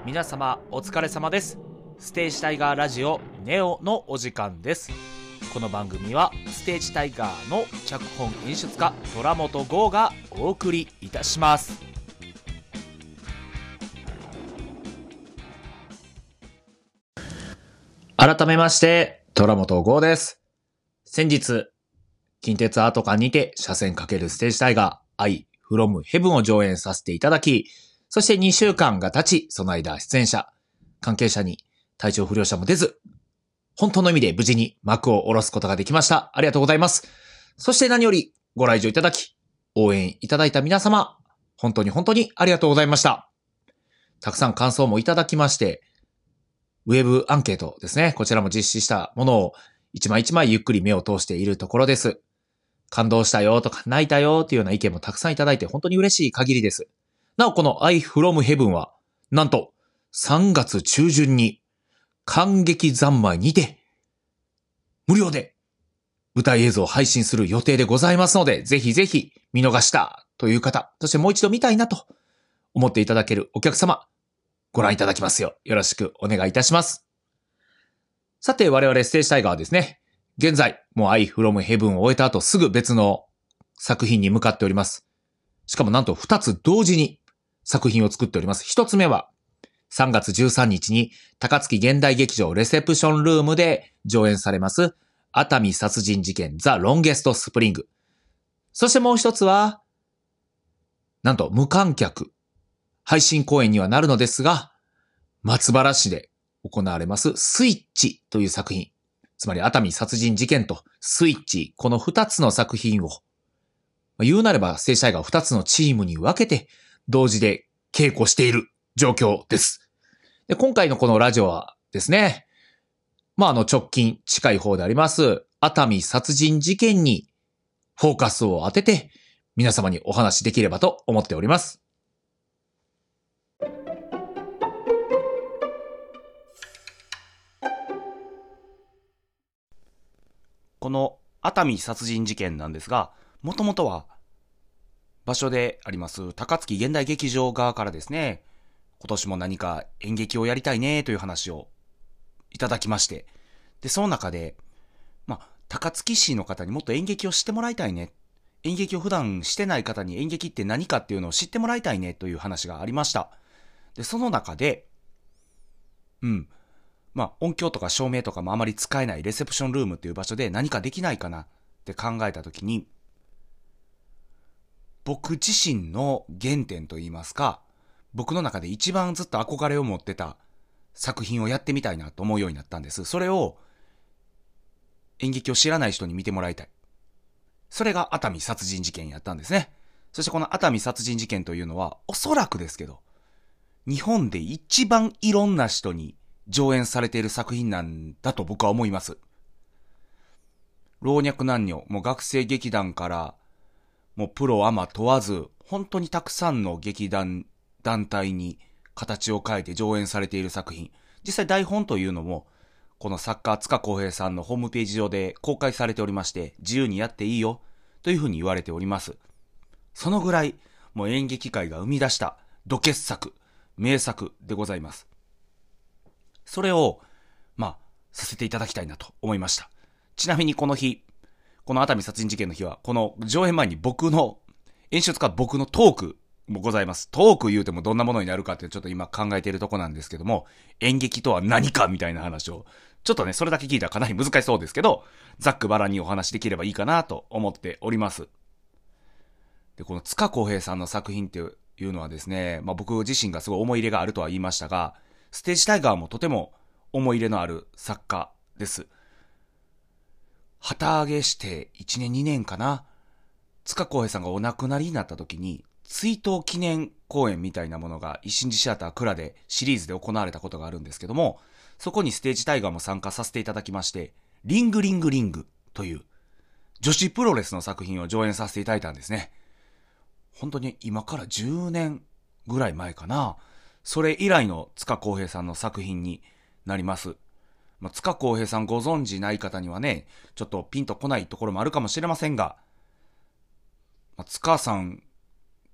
皆様お疲れ様です。ステージタイガーラジオネオのお時間です。この番組はステージタイガーの脚本演出家虎本剛がお送りいたします。改めまして虎本剛です。先日近鉄アート館にて車線×ステージタイガーI from Heavenを上演させていただき、そして2週間が経ち、その間出演者、関係者に体調不良者も出ず、本当の意味で無事に幕を下ろすことができました。ありがとうございます。そして何よりご来場いただき、応援いただいた皆様、本当にありがとうございました。たくさん感想もいただきまして、ウェブアンケートですね。こちらも実施したものを一枚一枚ゆっくり目を通しているところです。感動したよとか泣いたよというような意見もたくさんいただいて本当に嬉しい限りです。なおこの I from Heaven はなんと3月中旬に感激三昧にて無料で舞台映像を配信する予定でございますので、ぜひぜひ見逃したという方、そしてもう一度見たいなと思っていただけるお客様、ご覧いただきますようよろしくお願いいたします。さて我々ステージタイガーはですね、現在、もう I from Heaven を終えた後すぐ別の作品に向かっております。しかもなんと2つ同時に作品を作っております。1つ目は3月13日に高槻現代劇場レセプションルームで上演されます熱海殺人事件ザ・ロンゲスト・スプリング。そしてもう一つはなんと無観客配信公演にはなるのですが、松原市で行われますスイッチという作品。つまり熱海殺人事件とスイッチ、この2つの作品を、言うなればステージタイガー2つのチームに分けて同時で稽古している状況です。で、今回のこのラジオはですね、直近近い方であります熱海殺人事件にフォーカスを当てて皆様にお話しできればと思っております。この熱海殺人事件なんですが、もともとは場所であります高槻現代劇場側からですね、今年も何か演劇をやりたいねという話をいただきまして、でその中で高槻市の方にもっと演劇を知ってもらいたいね、演劇を普段してない方に演劇って何かっていうのを知ってもらいたいねという話がありました。でその中で音響とか照明とかもあまり使えないレセプションルームっていう場所で何かできないかなって考えたときに、僕自身の原点といいますか、僕の中で一番ずっと憧れを持ってた作品をやってみたいなと思うようになったんです。それを演劇を知らない人に見てもらいたい。それが熱海殺人事件やったんですね。そしてこの熱海殺人事件というのはおそらくですけど、日本で一番いろんな人に上演されている作品なんだと僕は思います。老若男女、もう学生劇団からもうプロアマ問わず、本当にたくさんの劇団団体に形を変えて上演されている作品。実際台本というのもこの作家塚公平さんのホームページ上で公開されておりまして、自由にやっていいよというふうに言われております。そのぐらいもう演劇界が生み出した土傑作、名作でございます。それをさせていただきたいなと思いました。ちなみにこの日、この熱海殺人事件の日はこの上演前に僕の演出家僕のトークもございます。トーク言うてもどんなものになるかってちょっと今考えているとこなんですけども、演劇とは何かみたいな話をちょっとね、それだけ聞いたらかなり難しそうですけど、ざっくばらんにお話できればいいかなと思っております。で、この塚公平さんの作品っていうのはですね、僕自身がすごい思い入れがあるとは言いましたが、ステージタイガーもとても思い入れのある作家です。旗揚げして1年2年かな、塚公平さんがお亡くなりになった時に追悼記念公演みたいなものが一心寺シアター蔵でシリーズで行われたことがあるんですけども、そこにステージタイガーも参加させていただきまして、リングリングリングという女子プロレスの作品を上演させていただいたんですね。本当に今から10年ぐらい前かな、それ以来の塚公平さんの作品になります。塚公平さんご存知ない方にはね、ちょっとピンとこないところもあるかもしれませんが、塚さん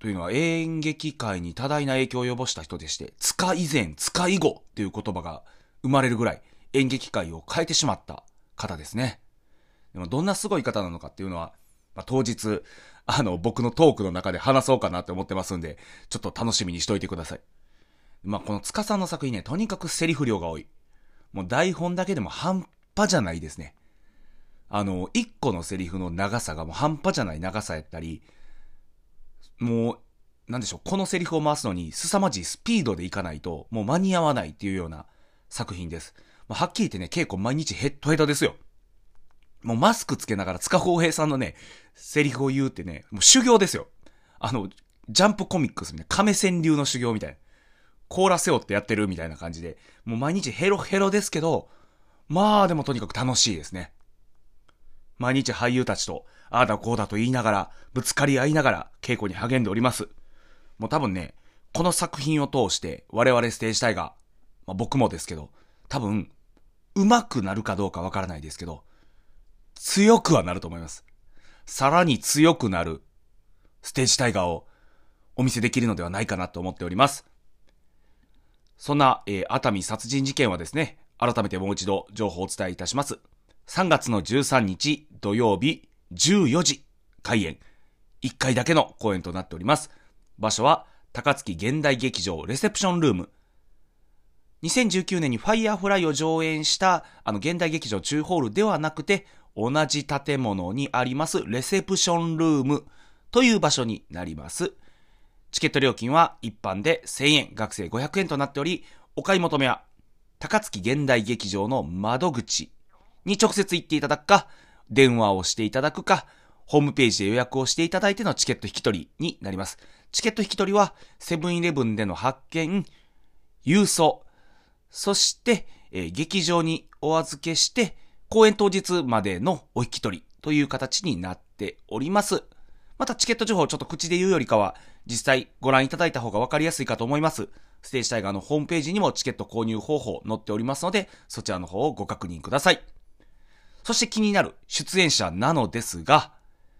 というのは演劇界に多大な影響を及ぼした人でして、塚以前、塚以後という言葉が生まれるぐらい演劇界を変えてしまった方ですね。でもどんなすごい方なのかっていうのは、当日、僕のトークの中で話そうかなって思ってますんで、ちょっと楽しみにしといてください。この塚さんの作品ね、とにかくセリフ量が多い。もう台本だけでも半端じゃないですね。一個のセリフの長さがもう半端じゃない長さやったり、もう、なんでしょう、このセリフを回すのに凄まじいスピードでいかないと、もう間に合わないっていうような作品です。はっきり言ってね、稽古毎日ヘッドヘッドですよ。もうマスクつけながら塚公平さんのね、セリフを言うってね、もう修行ですよ。ジャンプコミックスみたいな、亀仙流の修行みたいな。コーラ背負ってやってるみたいな感じで、もう毎日ヘロヘロですけど、でもとにかく楽しいですね。毎日俳優たちと、ああだこうだと言いながら、ぶつかり合いながら稽古に励んでおります。もう多分ね、この作品を通して我々ステージ隊が、僕もですけど、多分、上手くなるかどうかわからないですけど、強くはなると思います。さらに強くなるステージタイガーをお見せできるのではないかなと思っております。そんな、熱海殺人事件はですね、改めてもう一度情報をお伝えいたします。3月の13日土曜日14時開演。1回だけの公演となっております。場所は高槻現代劇場レセプションルーム。2019年にファイヤーフライを上演した現代劇場中ホールではなくて、同じ建物にありますレセプションルームという場所になります。チケット料金は一般で1000円、学生500円となっており、お買い求めは高槻現代劇場の窓口に直接行っていただくか、電話をしていただくか、ホームページで予約をしていただいてのチケット引き取りになります。チケット引き取りはセブンイレブンでの発券、郵送、そして、劇場にお預けして、公演当日までのお引き取りという形になっております。またチケット情報をちょっと口で言うよりかは、実際ご覧いただいた方が分かりやすいかと思います。ステージタイガーのホームページにもチケット購入方法載っておりますので、そちらの方をご確認ください。そして気になる出演者なのですが、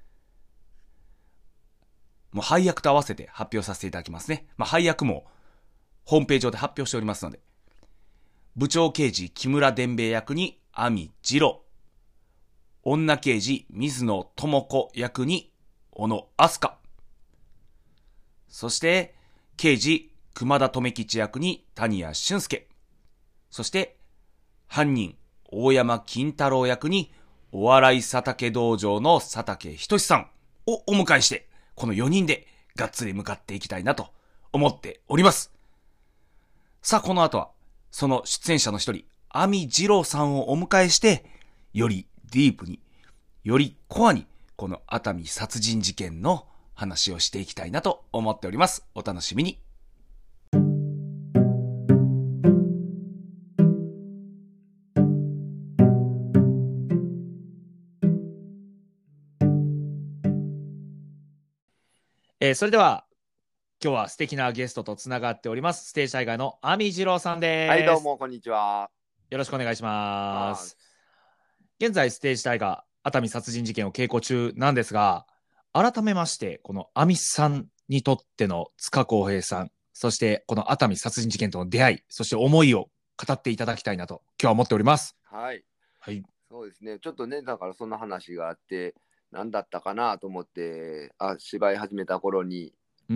もう配役と合わせて発表させていただきますね。配役もホームページ上で発表しておりますので、部長刑事木村伝兵衛役に亜美二郎、女刑事水野智子役に小野飛鳥、そして刑事熊田留吉役に谷谷俊介、そして犯人大山金太郎役にお笑い佐竹道場の佐竹仁さんをお迎えして、この4人でがっつり向かっていきたいなと思っております。さあこの後はその出演者の一人、亜美二郎さんをお迎えして、よりディープに、よりコアに、この熱海殺人事件の話をしていきたいなと思っております。お楽しみに。 それでは、今日は素敵なゲストとつながっております。ステージタイガーの亜美二郎さんです。 はい、どうも、こんにちは。 よろしくお願いします。現在、ステージタイガー、熱海殺人事件を稽古中なんですが、改めまして、この亜美さんにとっての塚公平さん、そしてこの熱海殺人事件との出会い、そして思いを語っていただきたいなと、今日は思っております。 はい。 はい。 そうですね。ちょっとね、だからそんな話があって、何だったかなと思って、芝居始めた頃に、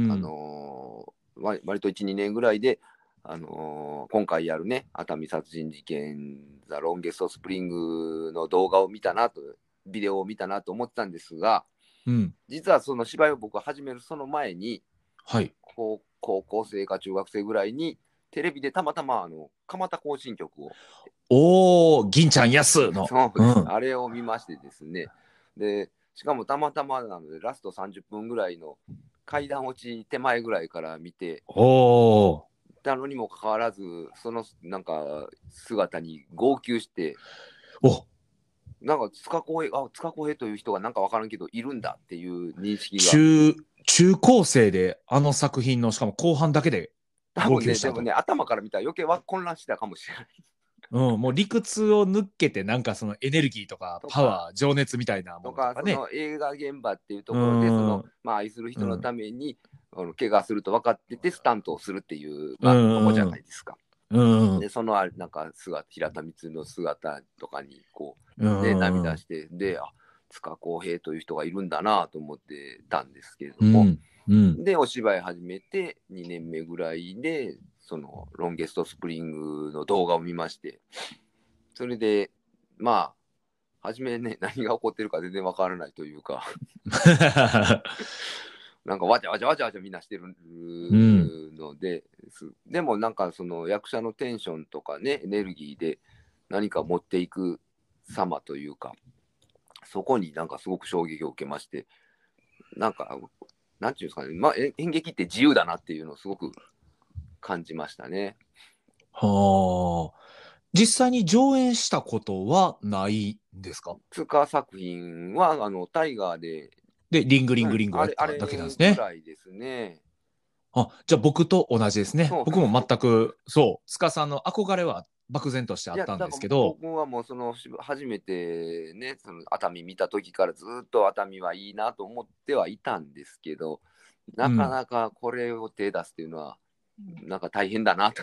割と1、2年ぐらいで、今回やるね、熱海殺人事件、ザ・ロンゲスト・スプリングの動画を見たなと、ビデオを見たなと思ってたんですが、実はその芝居を僕は始めるその前に、 はい、 高校生か中学生ぐらいに、テレビでたまたま蒲田行進曲を、 銀ちゃんやすの、 あれを見ましてですね。で、しかもたまたまなので、ラスト30分ぐらいの階段落ち手前ぐらいから見て、たのにもかかわらず、そのなんか姿に号泣して、なんか塚公平という人がなんかわからんけどいるんだっていう認識が。 中高生であの作品のしかも後半だけで号泣したと。 多分ね、でもね、頭から見たら余計は混乱してたかもしれない。 もう理屈を抜けてなんかそのエネルギーとかパワー、情熱みたいなものとかね。 その映画現場っていうところで、愛する人のために、 怪我すると分かっててスタントをするっていう、まあ、とこじゃないですか。でそのなんか平田光の姿とかにこう、ね、涙してで塚公平という人がいるんだなと思ってたんですけれども、でお芝居始めて2年目ぐらいでそのロンゲストスプリングの動画を見まして、それでまあ初めね何が起こってるか全然わからないというかなんかわちゃわちゃわちゃわちゃみんなしてるので、でもなんかその役者のテンションとかねエネルギーで何か持っていく様というか、そこになんかすごく衝撃を受けまして、なんかなんていうんですかね、まあ、演劇って自由だなっていうのをすごく感じましたね。 はあ。実際に上演したことはないんですか？ 塚作品はタイガーでリングリングリングやっただけなんですね。 ぐらいですね。 じゃあ僕と同じですね。 そう僕も全く、塚さんの憧れは漠然としてあったんですけど。 僕はもう初めてね、その熱海見た時からずっと熱海はいいなと思ってはいたんですけど、なかなかこれを手出すっていうのは、なんか大変だなという。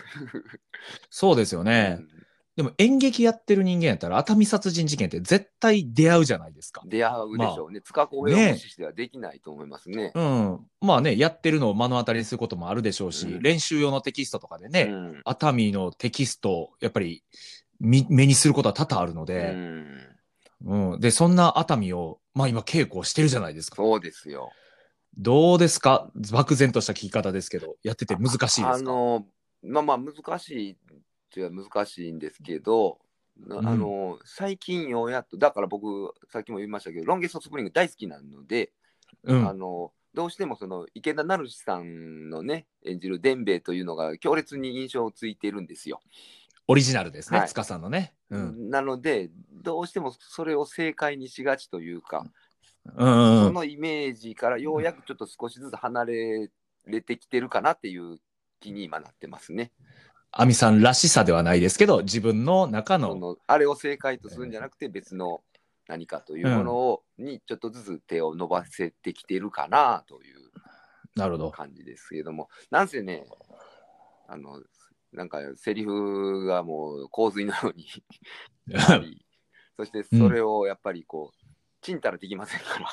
そうですよね。でも演劇やってる人間やったら熱海殺人事件って絶対出会うじゃないですか。 出会うでしょうね。塚公平を無視してはできないと思いますね。 まあね、やってるのを目の当たりにすることもあるでしょうし、練習用のテキストとかでね、熱海のテキスト、やっぱり目にすることは多々あるので、で、そんな熱海を、まあ今稽古をしてるじゃないですか。 そうですよ。 どうですか？漠然とした聞き方ですけど、やってて難しいですか？ まあ難しいというは難しいんですけど、最近ようやっと、だから僕、さっきも言いましたけど、ロンゲストスプリング大好きなので、どうしてもその池田成志さんのね、演じる伝兵衛というのが強烈に印象をついているんですよ。 オリジナルですね、塚さんのね。 なので、どうしてもそれを正解にしがちというか、そのイメージからようやくちょっと少しずつ離れてきてるかなっていう気に今なってますね。 亜美さんらしさではないですけど、自分の中のあれを正解とするんじゃなくて別の何かというものにちょっとずつ手を伸ばせてきてるかなという感じですけれども、なんせね、なんかセリフがもう洪水のようにあり、そしてそれをやっぱりこうちんたらできませんから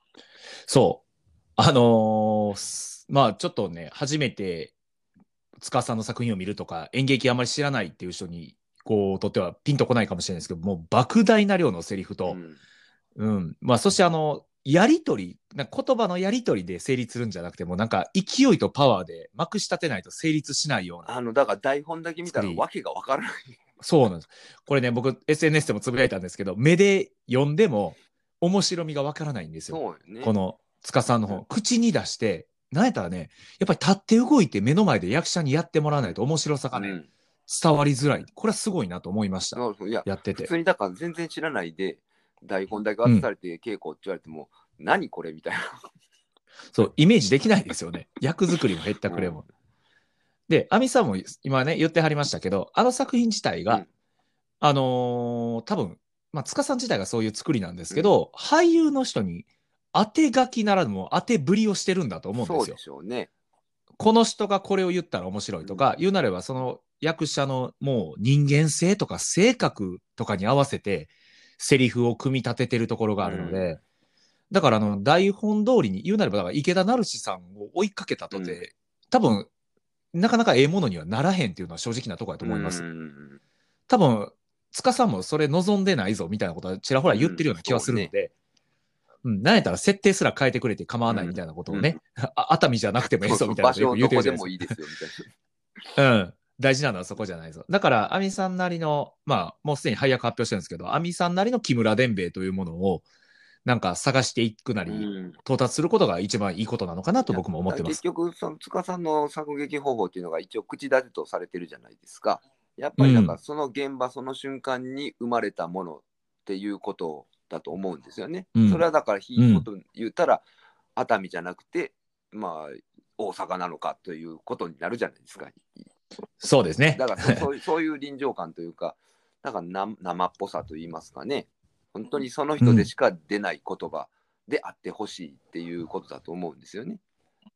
まあちょっとね、初めて塚さんの作品を見るとか、演劇あまり知らないっていう人にとってはピンとこないかもしれないですけど、もう莫大な量のセリフと、まあそしてやりとり、言葉のやりとりで成立するんじゃなくて、もうなんか勢いとパワーでまくし立てないと成立しないような。 だから台本だけ見たらわけがわからない。 そうなんです。これね、僕 SNS でもつぶやいたんですけど、目で読んでも面白みがわからないんですよ。 そうよね。 この塚さんの本、口に出して、なんやったらね、やっぱり立って動いて目の前で役者にやってもらわないと面白さがね、伝わりづらい。これはすごいなと思いました。やってて。 普通にだから全然知らないで、台本だけ渡されて稽古って言われても、何これみたいな。 そう、イメージできないですよね。役作りも減ったくれも。で、亜美さんも今ね、言ってはりましたけど、あの作品自体が、多分、まあ、塚さん自体がそういう作りなんですけど、俳優の人に当て書きならぬも当てぶりをしてるんだと思うんですよ。 そうでしょうね。 この人がこれを言ったら面白いとか、言うなればその役者のもう人間性とか性格とかに合わせてセリフを組み立ててるところがあるので、だから台本通りに言うなればだから池田成志さんを追いかけたとて、多分なかなかええものにはならへんっていうのは正直なところだと思います。多分塚さんもそれ望んでないぞみたいなことはちらほら言ってるような気はするので、なんやったら設定すら変えてくれて構わないみたいなことをね、熱海じゃなくてもええぞみたいなことを言うてるじゃないですか。 場所どこでもいいですよみたいな。 大事なのはそこじゃないぞ。だから亜美さんなりの、まあもうすでに配役発表してるんですけど、亜美さんなりの木村伝兵衛というものをなんか探していくなり、到達することが一番いいことなのかなと僕も思ってます。 結局その塚さんの作劇方法っていうのが一応口立てとされてるじゃないですか。やっぱりなんかその現場、その瞬間に生まれたものっていうことだと思うんですよね。それはだからひいこと言ったら、熱海じゃなくてまあ大阪なのかということになるじゃないですか。 そうですね。 だからそういう臨場感というか、なんか生っぽさと言いますかね。本当にその人でしか出ない言葉であってほしいっていうことだと思うんですよね。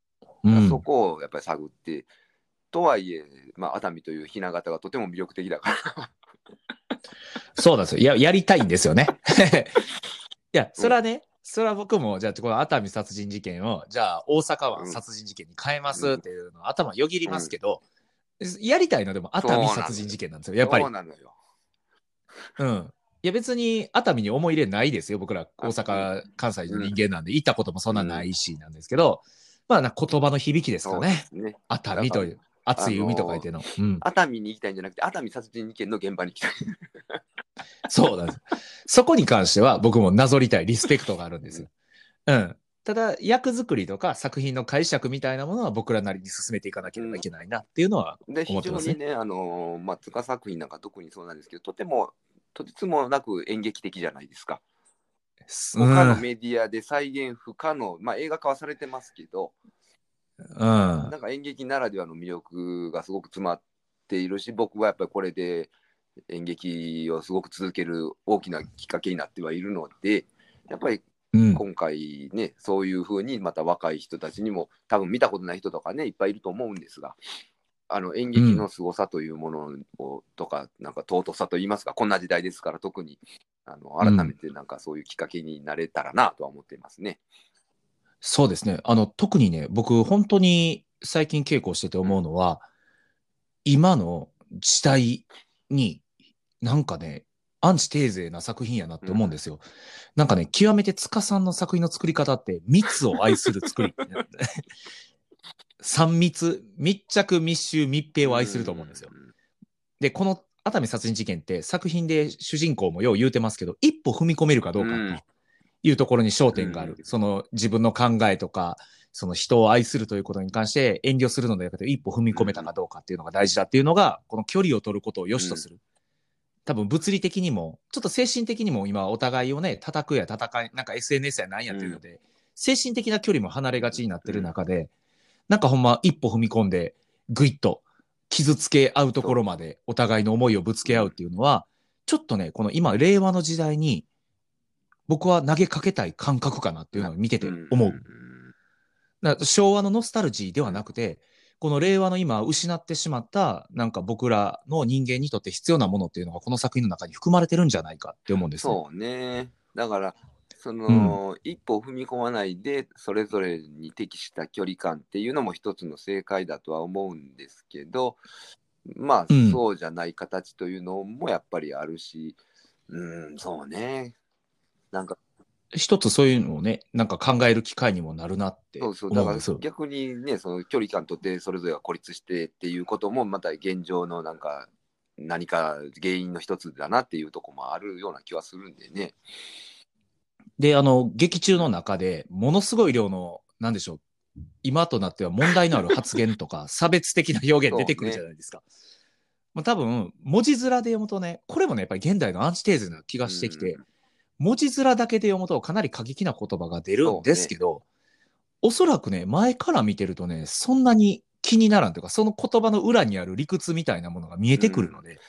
そこをやっぱり探って、とはいえ、まあ、熱海という雛形がとても魅力的だからそうなんですよ。やりたいんですよね。いや、それはね、それは僕も、じゃあ、この熱海殺人事件を、じゃあ、大阪湾殺人事件に変えますっていうの、頭よぎりますけど、やりたいのでも熱海殺人事件なんですよ、やっぱり。 そうなのよ。 うん。いや、別に熱海に思い入れないですよ、僕ら、大阪、関西の人間なんで、行ったこともそんなないし、なんですけど、まあ、言葉の響きですかね。熱海という、熱い海と書いての。 熱海に行きたいんじゃなくて、熱海殺人事件の現場に行きたい。 そうなんです。そこに関しては僕もなぞりたいリスペクトがあるんですよ。ただ、役作りとか作品の解釈みたいなものは僕らなりに進めていかなければいけないなっていうのは思ってますね。 で、非常にね、塚作品なんか特にそうなんですけど、とてつもなく演劇的じゃないですか。他のメディアで再現不可能、映画化はされてますけど、なんか演劇ならではの魅力がすごく詰まっているし、僕はやっぱりこれで演劇をすごく続ける大きなきっかけになってはいるので、やっぱり今回ね、そういうふうにまた若い人たちにも、多分見たことない人とかね、いっぱいいると思うんですが、演劇の凄さというものを、とか、なんか尊さといいますか、こんな時代ですから特に改めてなんかそういうきっかけになれたらなとは思っていますね。 そうですね。特にね、僕本当に最近稽古してて思うのは、今の時代になんかね、アンチテーゼな作品やなって思うんですよ。なんかね、極めて塚さんの作品の作り方って密を愛する作り。3密、密着、密集、密閉を愛すると思うんですよ。で、この熱海殺人事件って作品で主人公もよう言うてますけど、一歩踏み込めるかどうかというところに焦点がある。その自分の考えとか、その人を愛するということに関して遠慮するのではなくて一歩踏み込めたかどうかっていうのが大事だっていうのが、この距離を取ることを良しとする。多分物理的にも、ちょっと精神的にも今お互いをね、叩くや戦い、なんか SNS やなんやっていうので、精神的な距離も離れがちになってる中で、なんかほんま一歩踏み込んで、ぐいっと傷つけ合うところまでお互いの思いをぶつけ合うっていうのは、ちょっとね、この今、令和の時代に、僕は投げかけたい感覚かなっていうのを見てて思う。昭和のノスタルジーではなくて、この令和の今失ってしまったなんか僕らの人間にとって必要なものっていうのがこの作品の中に含まれてるんじゃないかって思うんですよ。 そうね。だから一歩踏み込まないでそれぞれに適した距離感っていうのも一つの正解だとは思うんですけど、そうじゃない形というのもやっぱりあるし、そうね。なんか一つそういうのをね、なんか考える機会にもなるなって思うんですよ。 だから逆にね、その距離感とってそれぞれが孤立してっていうこともまた現状のなんか何か原因の一つだなっていうところもあるような気はするんでね。 で、劇中の中でものすごい量の、なんでしょう、今となっては問題のある発言とか差別的な表現出てくるじゃないですか。多分、文字面で読むとね、これもね、やっぱり現代のアンチテーゼな気がしてきて、文字面だけで読むとかなり過激な言葉が出るんですけど、おそらくね、前から見てるとね、そんなに気にならんというか、その言葉の裏にある理屈みたいなものが見えてくるので、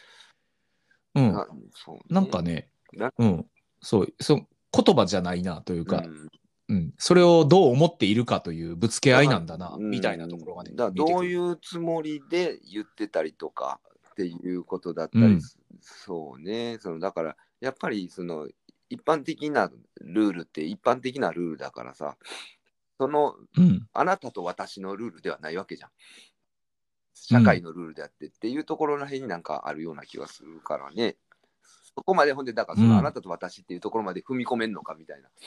なんかね、言葉じゃないなというか、それをどう思っているかというぶつけ合いなんだな、みたいなところがね。 だどういうつもりで言ってたりとかっていうことだったり、そうね。だから、やっぱり一般的なルールって一般的なルールだからさ、あなたと私のルールではないわけじゃん。社会のルールであってっていうところらへんになんかあるような気がするからね。そこまでほんで、だからあなたと私っていうところまで踏み込めんのかみたいな。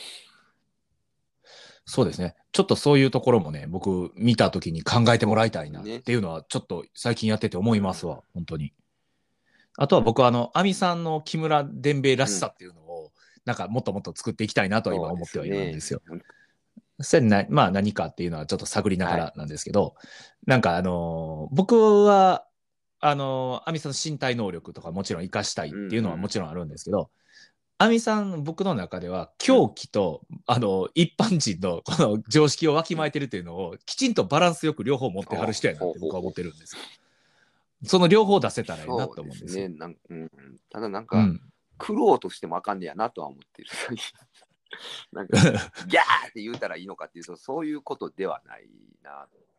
そうですね。ちょっとそういうところもね、僕見たときに考えてもらいたいなっていうのは、ちょっと最近やってて思いますわ、本当に。あとは僕は亜美さんの木村伝兵衛らしさっていうのを、なんかもっともっと作っていきたいなと今思ってはいるんですよ。何かっていうのはちょっと探りながらなんですけど、なんか僕は、亜美さんの身体能力とかもちろん活かしたいっていうのはもちろんあるんですけど、亜美さん、僕の中では狂気と、一般人のこの常識をわきまえてるっていうのをきちんとバランスよく両方持ってはる人やなって僕は思ってるんですよ。その両方出せたらいいなと思うんですよ。 ただなんか、苦労としてもあかんねやなとは思ってる。なんかギャーって言うたらいいのかっていうとそういうことではないな。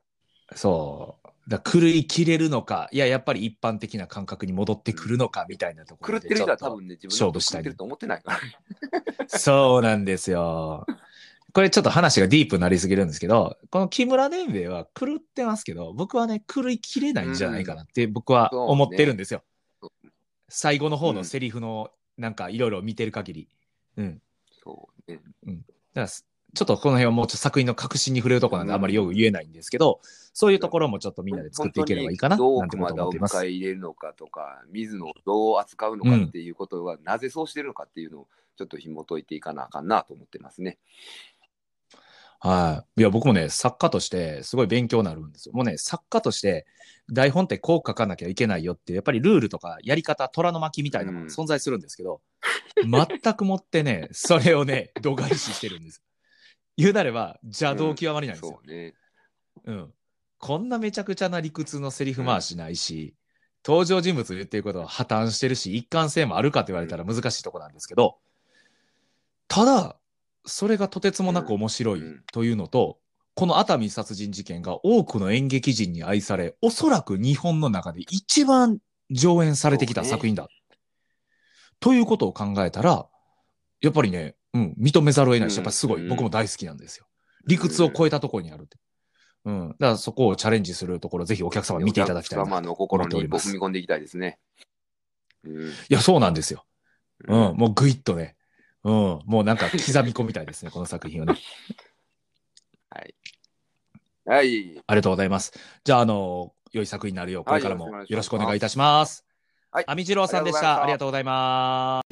そう。狂い切れるのか、いや、やっぱり一般的な感覚に戻ってくるのかみたいなところで狂ってる人は多分ね、自分のこと勝負したい狂ってると思ってないから。 そうなんですよ。これちょっと話がディープになりすぎるんですけど、この木村伝兵衛は狂ってますけど、僕はね、狂い切れないんじゃないかなって僕は思ってるんですよ。最後の方のセリフのなんかいろいろ見てる限り。 そうね。 だからちょっとこの辺はもうちょっと作品の核心に触れるところなんであんまりよく言えないんですけど、そういうところもちょっとみんなで作っていければいいかななんてことを思っています。 どう熊田を迎え入れるのかとか、水野をどう扱うのかっていうことは、なぜそうしてるのかっていうのをちょっと紐解いていかなあかんなと思ってますね。 はい。いや、僕もね、作家としてすごい勉強になるんですよ。もうね、作家として台本ってこう書かなきゃいけないよって、やっぱりルールとかやり方、虎の巻みたいなものが存在するんですけど、全くもってね、それをね、度外視してるんです。言うなれば邪道極まりないんですよ。 そうね。 こんなめちゃくちゃな理屈のセリフ回しないし、登場人物言ってることは破綻してるし、一貫性もあるかって言われたら難しいとこなんですけど、ただ、それがとてつもなく面白いというのと、この熱海殺人事件が多くの演劇人に愛され、おそらく日本の中で一番上演されてきた作品だ。ということを考えたら、やっぱりね、認めざるを得ないし、やっぱりすごい、僕も大好きなんですよ。理屈を超えたところにあるって。だからそこをチャレンジするところ、ぜひお客様見ていただきたいなと思っております。 お客様の心に踏み込んでいきたいですね。 いや、そうなんですよ。もうグイッとね。もうなんか刻み込みたいですね、この作品をね。 はい。はい。 ありがとうございます。じゃあ、良い作品になるよう、これからもよろしくお願いいたします。はい。網次郎さんでした。ありがとうございます。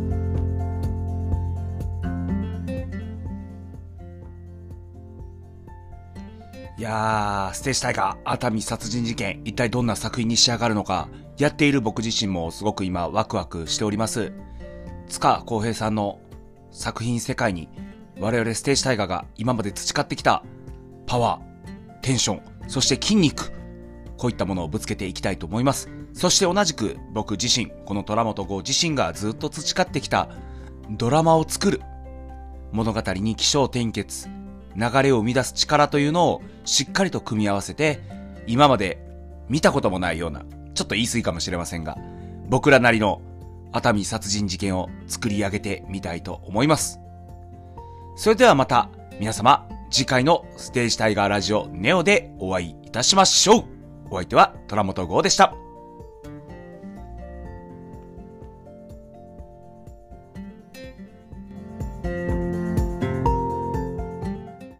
いやー、ステージタイガー、熱海殺人事件、一体どんな作品に仕上がるのか、やっている僕自身もすごく今ワクワクしております。塚公平さんの作品世界に、我々ステージタイガーが今まで培ってきたパワー、テンション、そして筋肉、こういったものをぶつけていきたいと思います。そして同じく僕自身、この虎本剛自身がずっと培ってきたドラマを作る、物語に起承転結、流れを生み出す力というのをしっかりと組み合わせて、今まで見たこともないような、ちょっと言い過ぎかもしれませんが、僕らなりの熱海殺人事件を作り上げてみたいと思います。それではまた皆様、次回のステージタイガーラジオネオでお会いいたしましょう。お相手は虎本剛でした。